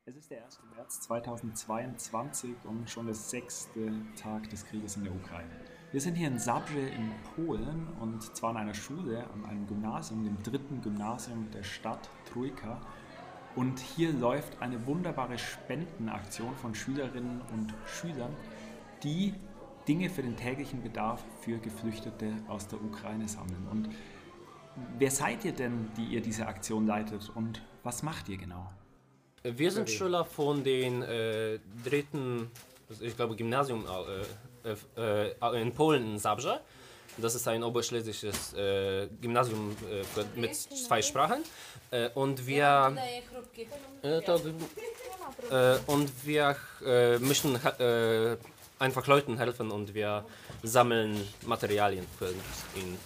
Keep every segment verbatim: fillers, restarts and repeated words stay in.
Es ist der erste März zweitausendzweiundzwanzig und schon der sechste Tag des Krieges in der Ukraine. Wir sind hier in Zabrze in Polen und zwar an einer Schule, an einem Gymnasium, dem dritten Gymnasium der Stadt Trójka. Und hier läuft eine wunderbare Spendenaktion von Schülerinnen und Schülern, die Dinge für den täglichen Bedarf für Geflüchtete aus der Ukraine sammeln. Und wer seid ihr denn, die ihr diese Aktion leitet und was macht ihr genau? Wir sind Schüler von den äh, dritten, ich glaube, Gymnasium äh, äh, in Polen in Zabrze. Das ist ein oberschlesisches äh, Gymnasium äh, für, mit zwei Sprachen. Äh, und wir, äh, to, äh, und wir äh, möchten äh, einfach Leuten helfen und wir sammeln Materialien für ihn.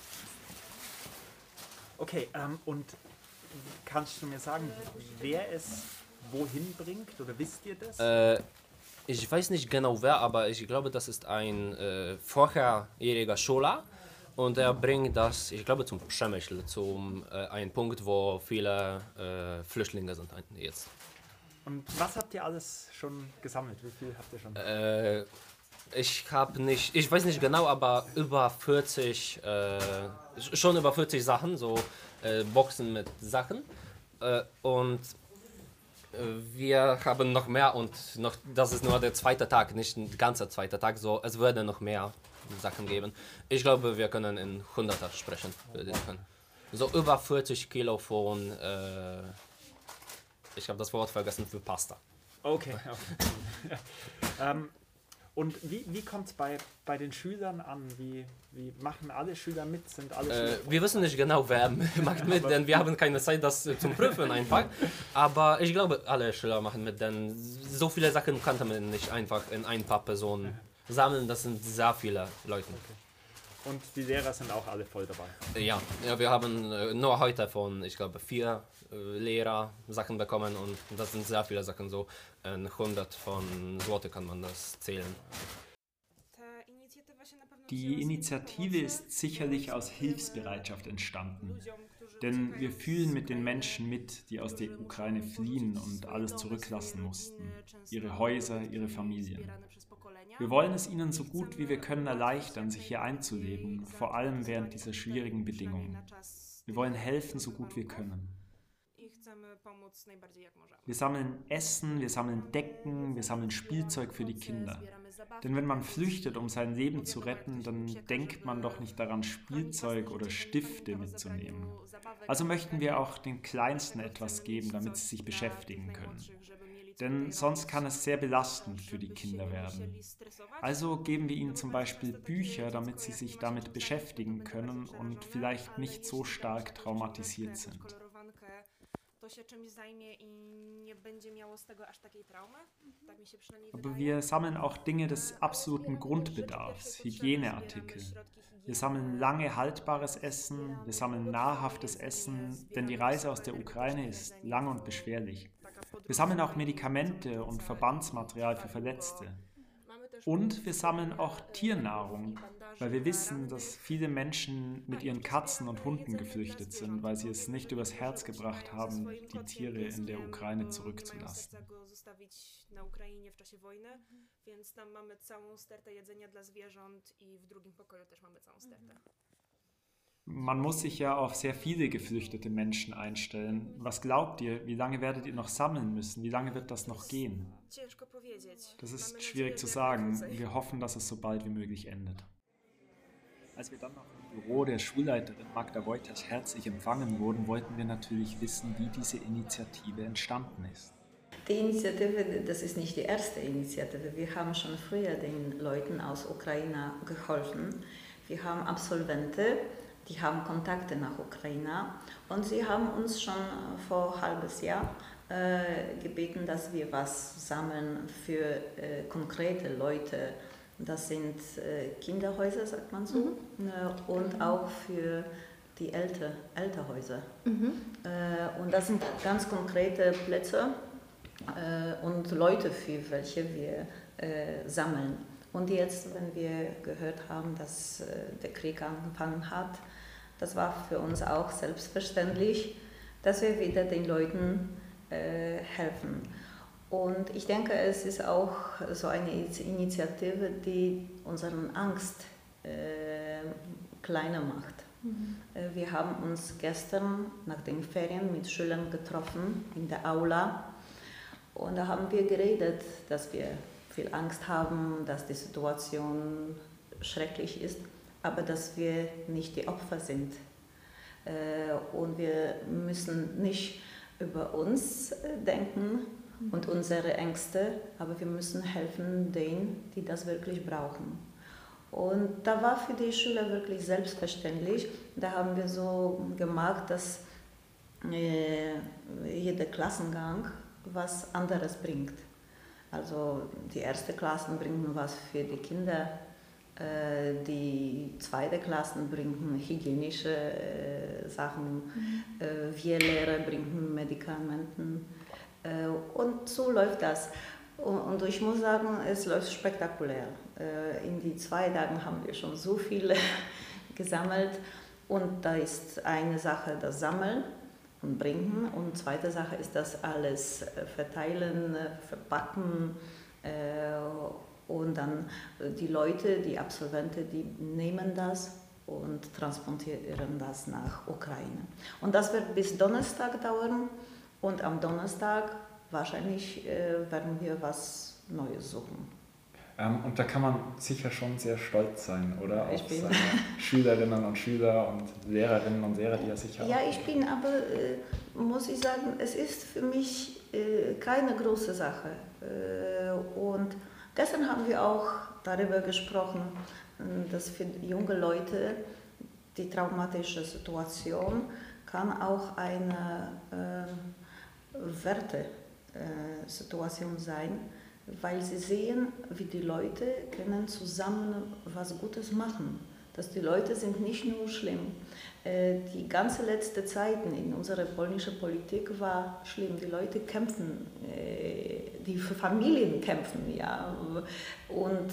Okay, ähm, und kannst du mir sagen, wer es wohin bringt oder wisst ihr das? Äh, ich weiß nicht genau wer, aber ich glaube, das ist ein äh, vorherjähriger Schüler und er bringt das, ich glaube, zum Przemyśl, zum äh, einen Punkt, wo viele äh, Flüchtlinge sind jetzt. Und was habt ihr alles schon gesammelt? Wie viel habt ihr schon? Äh, ich habe nicht, ich weiß nicht genau, aber über vierzig, äh, schon über vierzig Sachen, so äh, Boxen mit Sachen äh, und wir haben noch mehr und noch, das ist nur der zweite Tag, nicht ein ganzer zweiter Tag, so es würde noch mehr Sachen geben. Ich glaube, wir können in Hunderter sprechen. So über vierzig Kilo von, äh, ich habe das Wort vergessen, für Pasta. Okay. okay. ähm, und wie, wie kommt es bei, bei den Schülern an? Wie, wie machen alle Schüler mit? Sind alle Äh, Schüler wir wissen nicht genau, wer macht mit, denn wir haben keine Zeit, das äh, zum Prüfen einfach. Aber ich glaube, alle Schüler machen mit, denn so viele Sachen kann man nicht einfach in ein paar Personen sammeln. Das sind sehr viele Leute. Und die Lehrer sind auch alle voll dabei? Ja, ja wir haben äh, nur heute von, ich glaube, vier äh, Lehrer Sachen bekommen und das sind sehr viele Sachen, so ein hundert von Zloty kann man das zählen. Die Initiative ist sicherlich aus Hilfsbereitschaft entstanden, denn wir fühlen mit den Menschen mit, die aus der Ukraine fliehen und alles zurücklassen mussten, ihre Häuser, ihre Familien. Wir wollen es ihnen so gut wie wir können erleichtern, sich hier einzuleben, vor allem während dieser schwierigen Bedingungen. Wir wollen helfen, so gut wir können. Wir sammeln Essen, wir sammeln Decken, wir sammeln Spielzeug für die Kinder. Denn wenn man flüchtet, um sein Leben zu retten, dann denkt man doch nicht daran, Spielzeug oder Stifte mitzunehmen. Also möchten wir auch den Kleinsten etwas geben, damit sie sich beschäftigen können. Denn sonst kann es sehr belastend für die Kinder werden. Also geben wir ihnen zum Beispiel Bücher, damit sie sich damit beschäftigen können und vielleicht nicht so stark traumatisiert sind. Aber wir sammeln auch Dinge des absoluten Grundbedarfs, Hygieneartikel. Wir sammeln lange haltbares Essen, wir sammeln nahrhaftes Essen, denn die Reise aus der Ukraine ist lang und beschwerlich. Wir sammeln auch Medikamente und Verbandsmaterial für Verletzte. Und wir sammeln auch Tiernahrung, weil wir wissen, dass viele Menschen mit ihren Katzen und Hunden geflüchtet sind, weil sie es nicht übers Herz gebracht haben, die Tiere in der Ukraine zurückzulassen. Man muss sich ja auf sehr viele geflüchtete Menschen einstellen. Was glaubt ihr, wie lange werdet ihr noch sammeln müssen? Wie lange wird das noch gehen? Das ist schwierig zu sagen. Wir hoffen, dass es so bald wie möglich endet. Als wir dann noch im Büro der Schulleiterin Magda Wojtas herzlich empfangen wurden, wollten wir natürlich wissen, wie diese Initiative entstanden ist. Die Initiative, das ist nicht die erste Initiative. Wir haben schon früher den Leuten aus Ukraine geholfen. Wir haben Absolventen, die haben Kontakte nach Ukraine und sie haben uns schon vor ein halbes Jahr äh, gebeten, dass wir was sammeln für äh, konkrete Leute. Das sind äh, Kinderhäuser, sagt man so, mhm. äh, und auch für die Älte, Älterhäuser. Mhm. Äh, und das sind ganz konkrete Plätze äh, und Leute, für welche wir äh, sammeln. Und jetzt, wenn wir gehört haben, dass äh, der Krieg angefangen hat, das war für uns auch selbstverständlich, dass wir wieder den Leuten äh, helfen. Und ich denke, es ist auch so eine Initiative, die unsere Angst äh, kleiner macht. Mhm. Wir haben uns gestern nach den Ferien mit Schülern getroffen in der Aula und da haben wir geredet, dass wir viel Angst haben, dass die Situation schrecklich ist, aber dass wir nicht die Opfer sind. Und wir müssen nicht über uns denken und unsere Ängste, aber wir müssen helfen denen, die das wirklich brauchen. Und da war für die Schüler wirklich selbstverständlich. Da haben wir so gemacht, dass äh, jeder Klassengang was anderes bringt. Also die erste Klassen bringen was für die Kinder, äh, die zweite Klassen bringen hygienische äh, Sachen, mhm. äh, wir Lehrer bringen Medikamenten äh, und so läuft das. Und ich muss sagen, es läuft spektakulär. In die zwei Tagen haben wir schon so viele gesammelt. Und da ist eine Sache das Sammeln und Bringen. Und zweite Sache ist das alles verteilen, verpacken. Und dann die Leute, die Absolventen, die nehmen das und transportieren das nach Ukraine. Und das wird bis Donnerstag dauern. Und am Donnerstag wahrscheinlich äh, werden wir was Neues suchen. Ähm, und da kann man sicher schon sehr stolz sein, oder? Ich Auf bin. seine Schülerinnen und Schüler und Lehrerinnen und Lehrer, die er sicher Ja, auch ich bin, aber äh, muss ich sagen, es ist für mich äh, keine große Sache. Äh, und gestern haben wir auch darüber gesprochen, dass für junge Leute die traumatische Situation kann auch eine äh, Werte Situation sein, weil sie sehen, wie die Leute können zusammen was Gutes machen. Dass die Leute sind nicht nur schlimm. Die ganze letzte Zeit in unserer polnischen Politik war schlimm. Die Leute kämpfen, die Familien kämpfen, ja. Und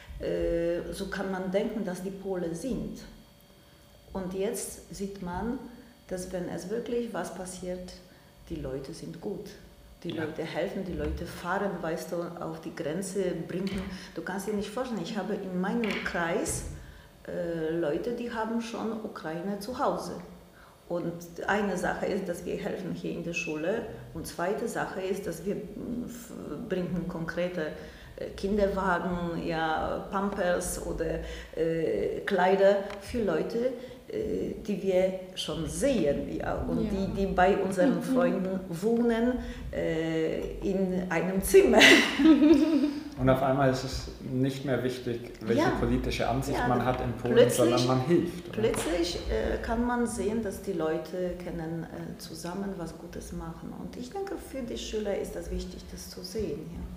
so kann man denken, dass die Polen sind. Und jetzt sieht man, dass wenn es wirklich was passiert, die Leute sind gut. Die Leute helfen, die Leute fahren, weißt du, auf die Grenze bringen. Du kannst dir nicht vorstellen, ich habe in meinem Kreis äh, Leute, die haben schon Ukraine zu Hause. Und eine Sache ist, dass wir helfen hier in der Schule. Und zweite Sache ist, dass wir bringen konkrete Kinderwagen, ja, Pampers oder äh, Kleider für Leute, die wir schon sehen, ja, und ja. die, die bei unseren Freunden wohnen, äh, in einem Zimmer. Und auf einmal ist es nicht mehr wichtig, welche ja. politische Ansicht ja, man hat in Polen, sondern man hilft. Oder? Plötzlich äh, kann man sehen, dass die Leute können äh, zusammen was Gutes machen. Und ich denke, für die Schüler ist das wichtig, das zu sehen. Ja.